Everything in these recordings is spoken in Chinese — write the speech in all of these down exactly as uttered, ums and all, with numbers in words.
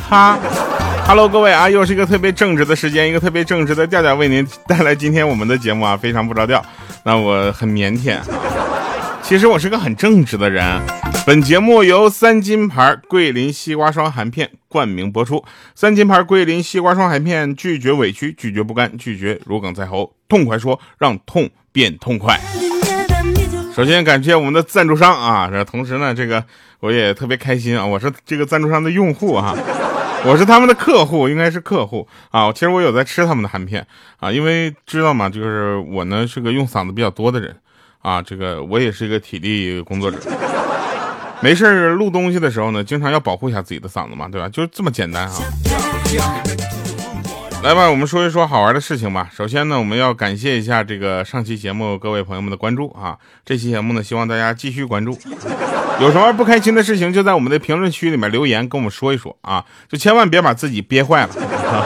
哈。Hello， 各位啊，又是一个特别正直的时间，一个特别正直的调调为您带来今天我们的节目啊，非常不着调。那我很腼腆，其实我是个很正直的人。本节目由三金牌桂林西瓜霜含片冠名播出。三金牌桂林西瓜霜含片，拒绝委屈，拒绝不甘，拒绝如鲠在喉，痛快说，让痛变痛快。首先感谢我们的赞助商啊，这同时呢，这个我也特别开心啊，我是这个赞助商的用户啊。我是他们的客户，应该是客户啊。其实我有在吃他们的含片啊，因为知道嘛，就是我呢是个用嗓子比较多的人啊，这个我也是一个体力工作者，没事录东西的时候呢，经常要保护一下自己的嗓子嘛，对吧？就这么简单啊。来吧，我们说一说好玩的事情吧。首先呢，我们要感谢一下这个上期节目各位朋友们的关注啊。这期节目呢，希望大家继续关注。有什么不开心的事情，就在我们的评论区里面留言跟我们说一说啊，就千万别把自己憋坏了。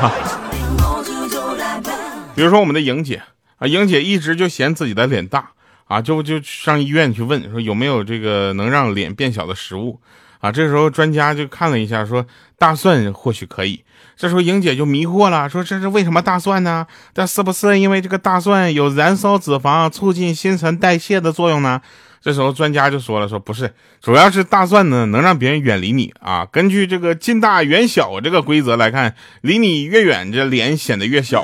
比如说我们的莹姐啊，莹姐一直就嫌自己的脸大啊，就就上医院去问说有没有这个能让脸变小的食物啊。这时候专家就看了一下，说大蒜或许可以。这时候莹姐就迷惑了，说这是为什么大蒜呢？这是不是因为这个大蒜有燃烧脂肪、促进新陈代谢的作用呢？这时候专家就说了，说不是，主要是大蒜呢能让别人远离你啊。根据这个近大远小这个规则来看，离你越远，这脸显得越小。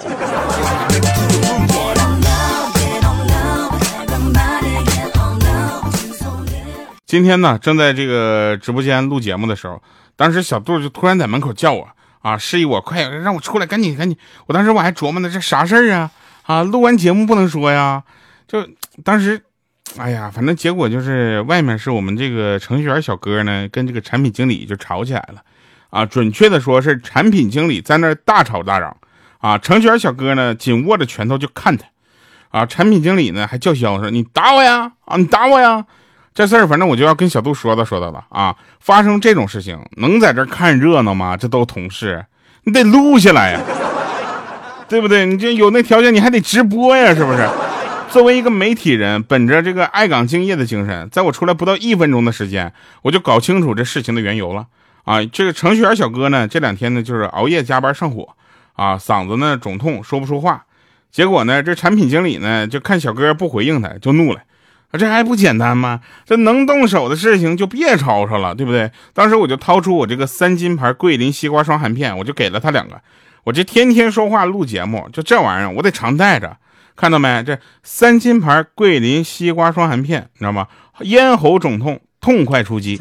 今天呢，正在这个直播间录节目的时候，当时小杜就突然在门口叫我啊，示意我快让我出来，赶紧赶紧。我当时我还琢磨呢，这啥事儿啊？啊，录完节目不能说呀。就当时。哎呀，反正结果就是外面是我们这个程序员小哥呢跟这个产品经理就吵起来了啊，准确的说是产品经理在那儿大吵大嚷啊，程序员小哥呢紧握着拳头就看他啊，产品经理呢还叫嚣说你打我呀啊，你打我呀。这事儿反正我就要跟小杜说道说道了啊，发生这种事情能在这看热闹吗？这都同事，你得录下来呀，对不对？你这有那条件你还得直播呀，是不是？作为一个媒体人，本着这个爱岗敬业的精神，在我出来不到一分钟的时间，我就搞清楚这事情的缘由了啊！这个程序员小哥呢，这两天呢就是熬夜加班上火啊，嗓子呢肿痛，说不出话。结果呢，这产品经理呢就看小哥不回应他，就怒了啊！这还不简单吗？这能动手的事情就别吵吵了，对不对？当时我就掏出我这个三金牌桂林西瓜霜含片，我就给了他两个。我这天天说话录节目，就这玩意儿我得常带着。看到没？这三金牌桂林西瓜霜含片，你知道吗？咽喉肿痛，痛快出击。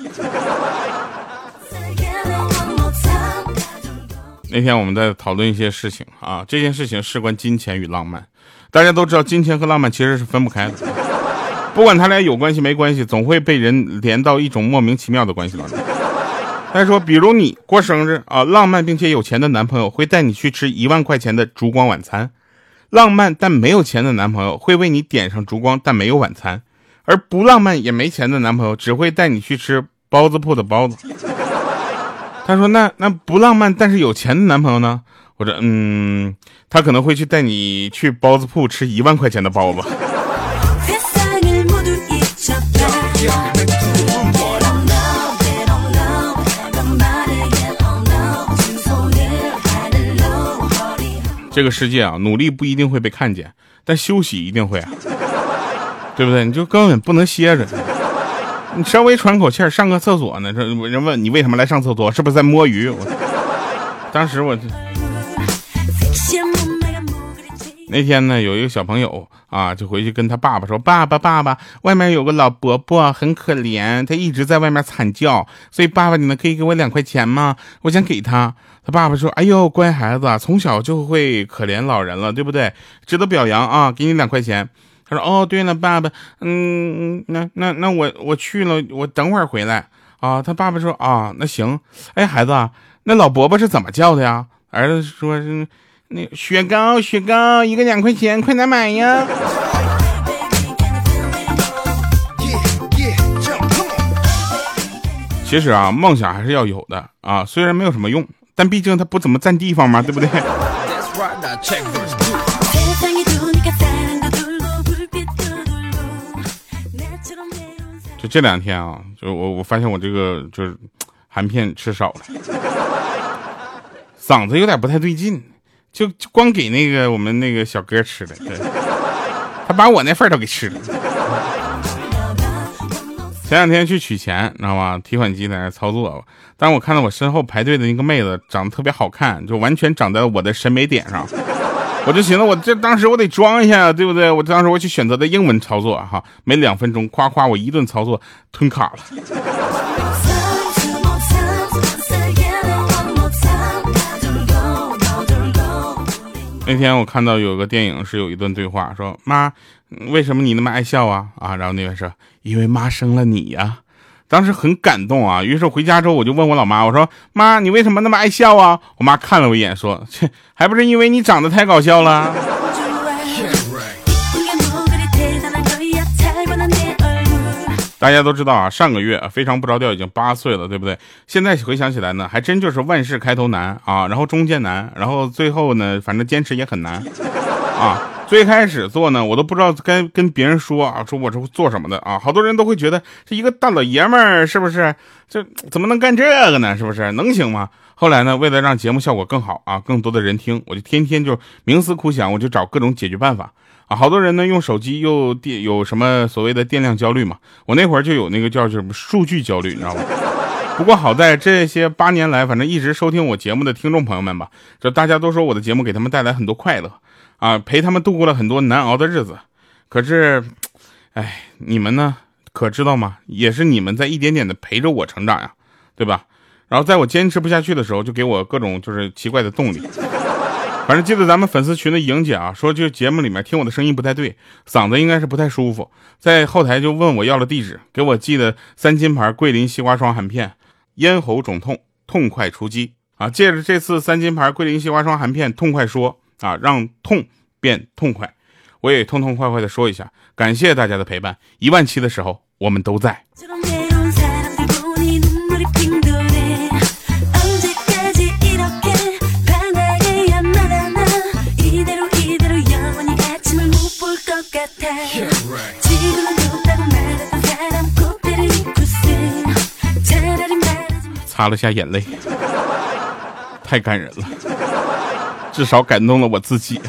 那天我们在讨论一些事情啊，这件事情事关金钱与浪漫。大家都知道，金钱和浪漫其实是分不开的，不管他俩有关系没关系，总会被人连到一种莫名其妙的关系当中。再说，比如你过生日啊，浪漫并且有钱的男朋友会带你去吃一万块钱的烛光晚餐。浪漫但没有钱的男朋友会为你点上烛光但没有晚餐，而不浪漫也没钱的男朋友只会带你去吃包子铺的包子。他说那那不浪漫但是有钱的男朋友呢？我说嗯，他可能会去带你去包子铺吃一万块钱的包子。这个世界啊，努力不一定会被看见，但休息一定会啊，对不对？你就根本不能歇着，你稍微喘口气儿，上个厕所呢，这人问你为什么来上厕所，是不是在摸鱼？我当时我那天呢，有一个小朋友啊，就回去跟他爸爸说：“爸爸，爸爸，外面有个老伯伯很可怜，他一直在外面惨叫，所以爸爸，你们可以给我两块钱吗？我想给他。”他爸爸说：“哎呦，乖孩子，从小就会可怜老人了，对不对？值得表扬啊，给你两块钱。”他说：“哦，对了，爸爸，嗯，那那那我我去了，我等会儿回来啊。”他爸爸说：“啊，那行。哎，孩子，那老伯伯是怎么叫的呀？”儿子说是。那雪糕，雪糕，一个两块钱，快来买呀！其实啊，梦想还是要有的啊，虽然没有什么用，但毕竟它不怎么占地方嘛，对不对？就这两天啊，就我我发现我这个就是含片吃少了。 嗓子有点不太对劲，就就光给那个我们那个小哥吃的，对，他把我那份都给吃了。前两天去取钱，你知道吗？提款机在那操作，但是我看到我身后排队的那个妹子长得特别好看，就完全长在我的审美点上。我就寻思，我这当时我得装一下，对不对？我当时我去选择的英文操作哈，没两分钟，夸夸我一顿操作吞卡了。那天我看到有个电影是有一段对话，说妈，为什么你那么爱笑啊？啊，然后那边说，因为妈生了你呀。当时很感动啊，于是回家之后我就问我老妈，我说妈，你为什么那么爱笑啊？我妈看了我一眼说，切，还不是因为你长得太搞笑了。大家都知道啊，上个月非常不着调已经八岁了，对不对？现在回想起来呢，还真就是万事开头难啊，然后中间难，然后最后呢，反正坚持也很难啊。最开始做呢，我都不知道该跟别人说啊，说我是做什么的啊，好多人都会觉得这一个大老爷们儿是不是，这怎么能干这个呢？是不是能行吗？后来呢，为了让节目效果更好啊，更多的人听，我就天天就冥思苦想，我就找各种解决办法。啊，好多人呢用手机又电有什么所谓的电量焦虑嘛，我那会儿就有那个叫什么数据焦虑，你知道吗？不过好在这些八年来，反正一直收听我节目的听众朋友们吧，就大家都说我的节目给他们带来很多快乐啊，陪他们度过了很多难熬的日子。可是，哎，你们呢？可知道吗？也是你们在一点点的陪着我成长呀，对吧？然后在我坚持不下去的时候，就给我各种就是奇怪的动力。反正记得咱们粉丝群的莹姐啊，说就节目里面听我的声音不太对，嗓子应该是不太舒服，在后台就问我要了地址，给我寄的三金牌桂林西瓜霜含片，咽喉肿痛，痛快出击啊！借着这次三金牌桂林西瓜霜含片，痛快说啊，让痛变痛快。我也痛痛快快的说一下，感谢大家的陪伴，一万期的时候我们都在。擦了下眼泪，太感人了，至少感动了我自己。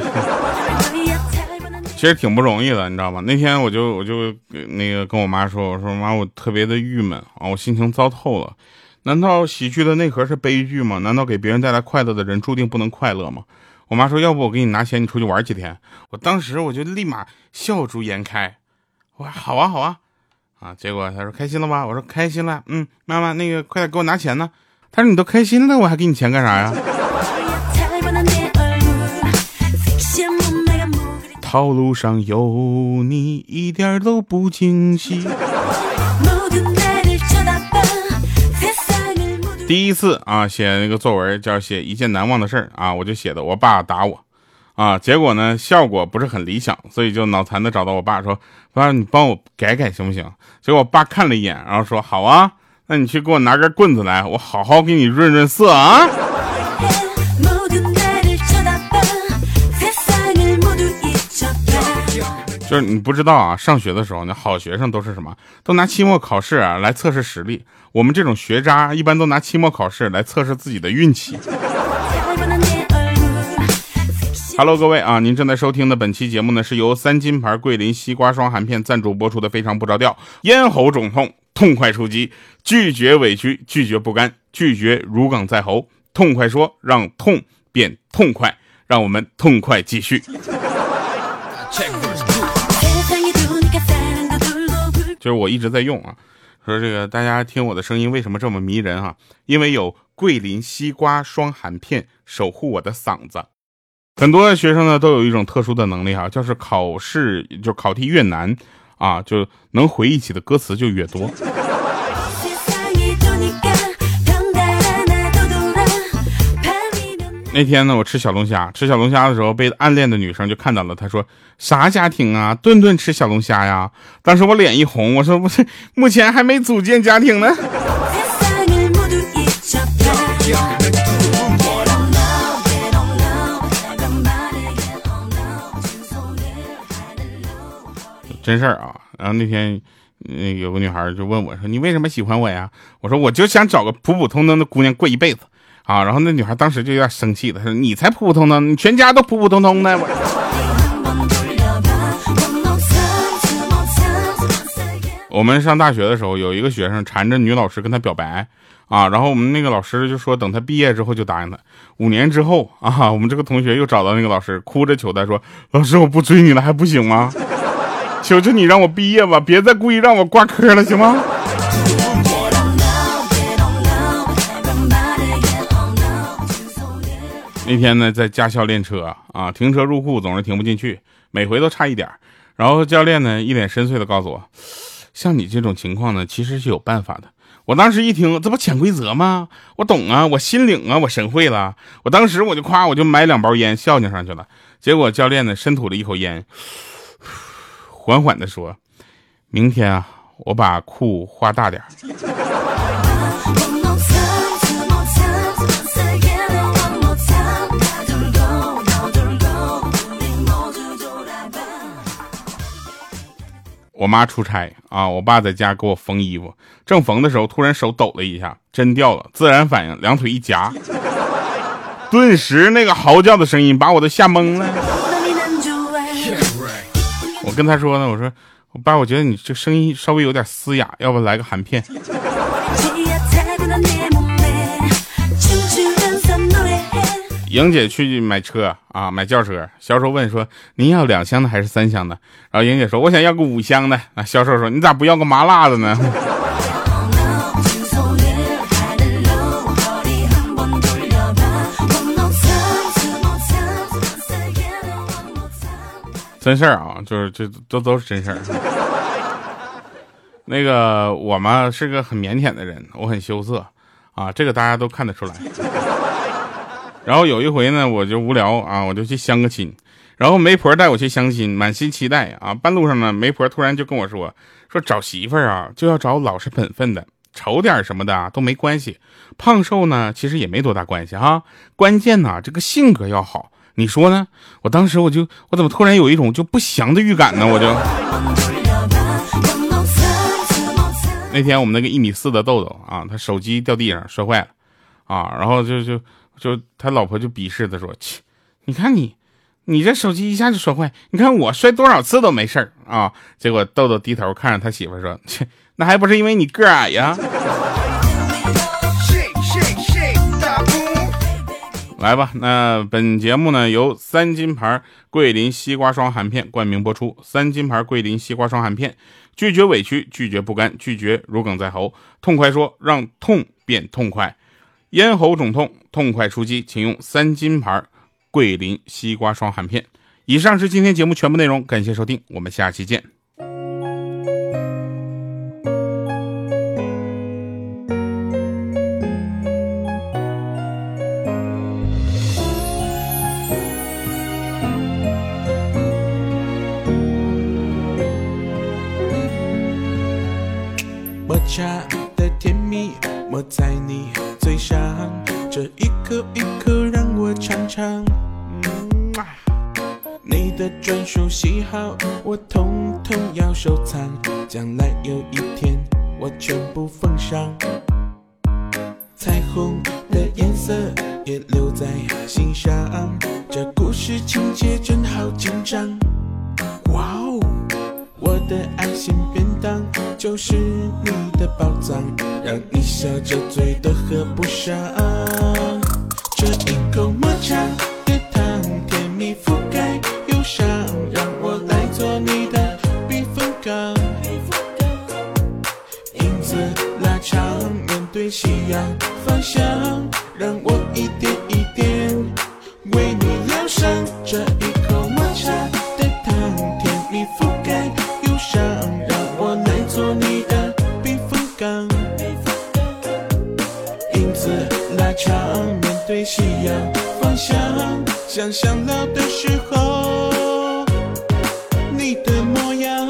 其实挺不容易的，你知道吗？那天我就我就那个跟我妈说，我说妈，我特别的郁闷啊，我心情糟透了。难道喜剧的内核是悲剧吗？难道给别人带来快乐的人注定不能快乐吗？我妈说，要不我给你拿钱，你出去玩几天。我当时我就立马笑逐颜开，我说好啊好啊啊！结果她说开心了吧？我说开心了。嗯，妈妈那个快点给我拿钱呢。她说你都开心了，我还给你钱干啥呀？套路上有你一点都不惊喜。第一次啊，写那个作文叫写一件难忘的事儿啊，我就写的我爸打我啊，结果呢效果不是很理想，所以就脑残的找到我爸说，爸你帮我改改行不行？结果我爸看了一眼，然后说好啊，那你去给我拿根棍子来，我好好给你润润色啊。就是你不知道啊，上学的时候那好学生都是什么，都拿期末考试啊来测试实力，我们这种学渣一般都拿期末考试来测试自己的运气。Hello 各位啊，您正在收听的本期节目呢是由三金牌桂林西瓜霜含片赞助播出的非常不着调，咽喉肿痛痛快出击，拒绝委屈，拒绝不甘，拒绝如鲠在喉，痛快说让痛变痛快，让我们痛快继续。就是我一直在用啊，说这个大家听我的声音为什么这么迷人啊？因为有桂林西瓜霜含片守护我的嗓子。很多学生呢都有一种特殊的能力啊，就是考试就考题越难啊，就能回忆起的歌词就越多。那天呢，我吃小龙虾，吃小龙虾的时候被暗恋的女生就看到了，她说啥家庭啊，顿顿吃小龙虾呀？当时我脸一红，我说不是，目前还没组建家庭呢。真事儿啊！然后那天那有个女孩就问我说，你为什么喜欢我呀？我说我就想找个普普通通的姑娘过一辈子啊，然后那女孩当时就有点生气了，说你才普普通通，你全家都普普通通的。我们上大学的时候，有一个学生缠着女老师跟他表白啊，然后我们那个老师就说等他毕业之后就答应他。五年之后啊，我们这个同学又找到那个老师，哭着求他说：“老师，我不追你了还不行吗？求求你让我毕业吧，别再故意让我挂科了，行吗？”那天呢，在驾校练车啊，停车入库总是停不进去，每回都差一点。然后教练呢，一脸深邃的告诉我，像你这种情况呢，其实是有办法的。我当时一听，这不潜规则吗？我懂啊，我心领啊，我神会了。我当时我就夸，我就买两包烟孝敬上去了。结果教练呢，深吐了一口烟，缓缓的说：“明天啊，我把库画大点。”我妈出差啊，我爸在家给我缝衣服，正缝的时候，突然手抖了一下，针掉了，自然反应，两腿一夹，顿时那个嚎叫的声音把我都吓懵了。我跟他说呢，我说我爸，我觉得你这声音稍微有点嘶哑，要不来个含片？莹姐去买车啊，买轿车，销售问说您要两厢的还是三厢的？然后莹姐说我想要个五厢的。啊，销售说你咋不要个麻辣的呢？真事儿啊，就是这都都是真事儿。那个我嘛是个很腼腆的人，我很羞涩啊，这个大家都看得出来。然后有一回呢，我就无聊啊，我就去相个亲，然后媒婆带我去相亲，满心期待啊。半路上呢，媒婆突然就跟我说，说找媳妇儿啊，就要找老实本分的，丑点什么的啊都没关系，胖瘦呢其实也没多大关系哈，关键呢这个性格要好，你说呢？我当时我就我怎么突然有一种就不祥的预感呢？我就那天我们那个一米四的豆豆啊，他手机掉地上摔坏了啊，然后就就。就他老婆就鄙视的说，切，你看你你这手机一下就摔坏，你看我摔多少次都没事儿啊。结果豆豆低头看着他媳妇说，切，那还不是因为你个矮呀。来吧，那本节目呢由三金牌桂林西瓜霜含片冠名播出。三金牌桂林西瓜霜含片，拒绝委屈，拒绝不甘，拒绝如鲠在喉，痛快说，让痛变痛快。咽喉肿痛，痛快出击，请用三金牌桂林西瓜霜含片。以上是今天节目全部内容，感谢收听，我们下期见。 抹茶的甜蜜抹在你嘴上，这一口一口让我尝尝、嗯啊、你的专属喜好我统统要收藏，将来有一天我全部奉上。彩虹的颜色也留在心上，这故事情节真好紧张。哇哦，我的爱心便当就是你的宝藏，让你笑着嘴都合不上。这一口抹茶的糖，甜蜜覆盖忧伤，让我来做你的避风港。影子拉长，面对夕阳方向，让我一点一点为你疗伤。这一口抹茶的糖，甜蜜覆盖忧伤，让我来做你的避风港。影子拉长，面对夕阳方向，想象老的时候你的模样。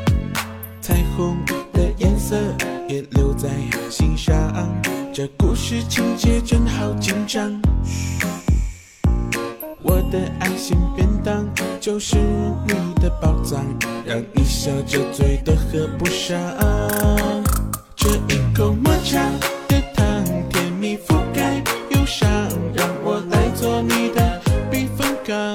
彩虹的颜色也留在心上，这故事张。我的爱心便当就是你的宝藏，让你笑着嘴都合不上。这一口抹茶的糖，甜蜜覆盖忧伤，让我来做你的避风港。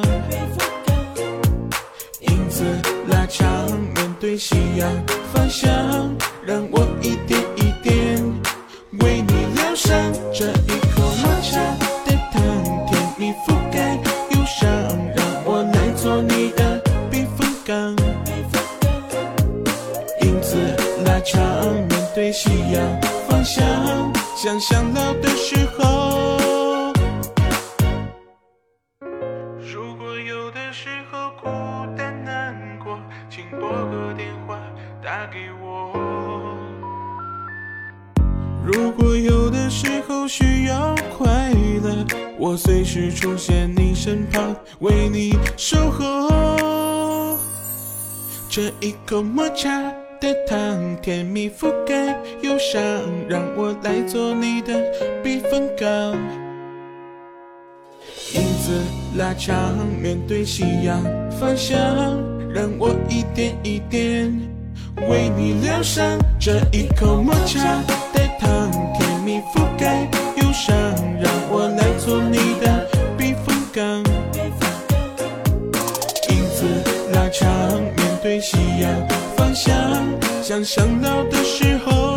影子拉长，面对夕阳方向，让我一点一点为你疗伤。这一口抹茶的糖，甜蜜覆盖忧伤，让我来做你的避风港。影子拉长，面对夕阳方向，想想老的时候。如果有的时候孤单难过，请拨个电话打给我。如果有的时候需要快乐，我随时出现你身旁，为你守候。这一口抹茶的糖，甜蜜覆盖忧伤，让我来做你的避风港。影子拉长，面对夕阳方向，让我一点一点为你疗伤。这一口抹茶的糖，甜蜜覆盖忧伤，让我来做你的避风港。影子拉长，面对夕阳方向，想想老的时候。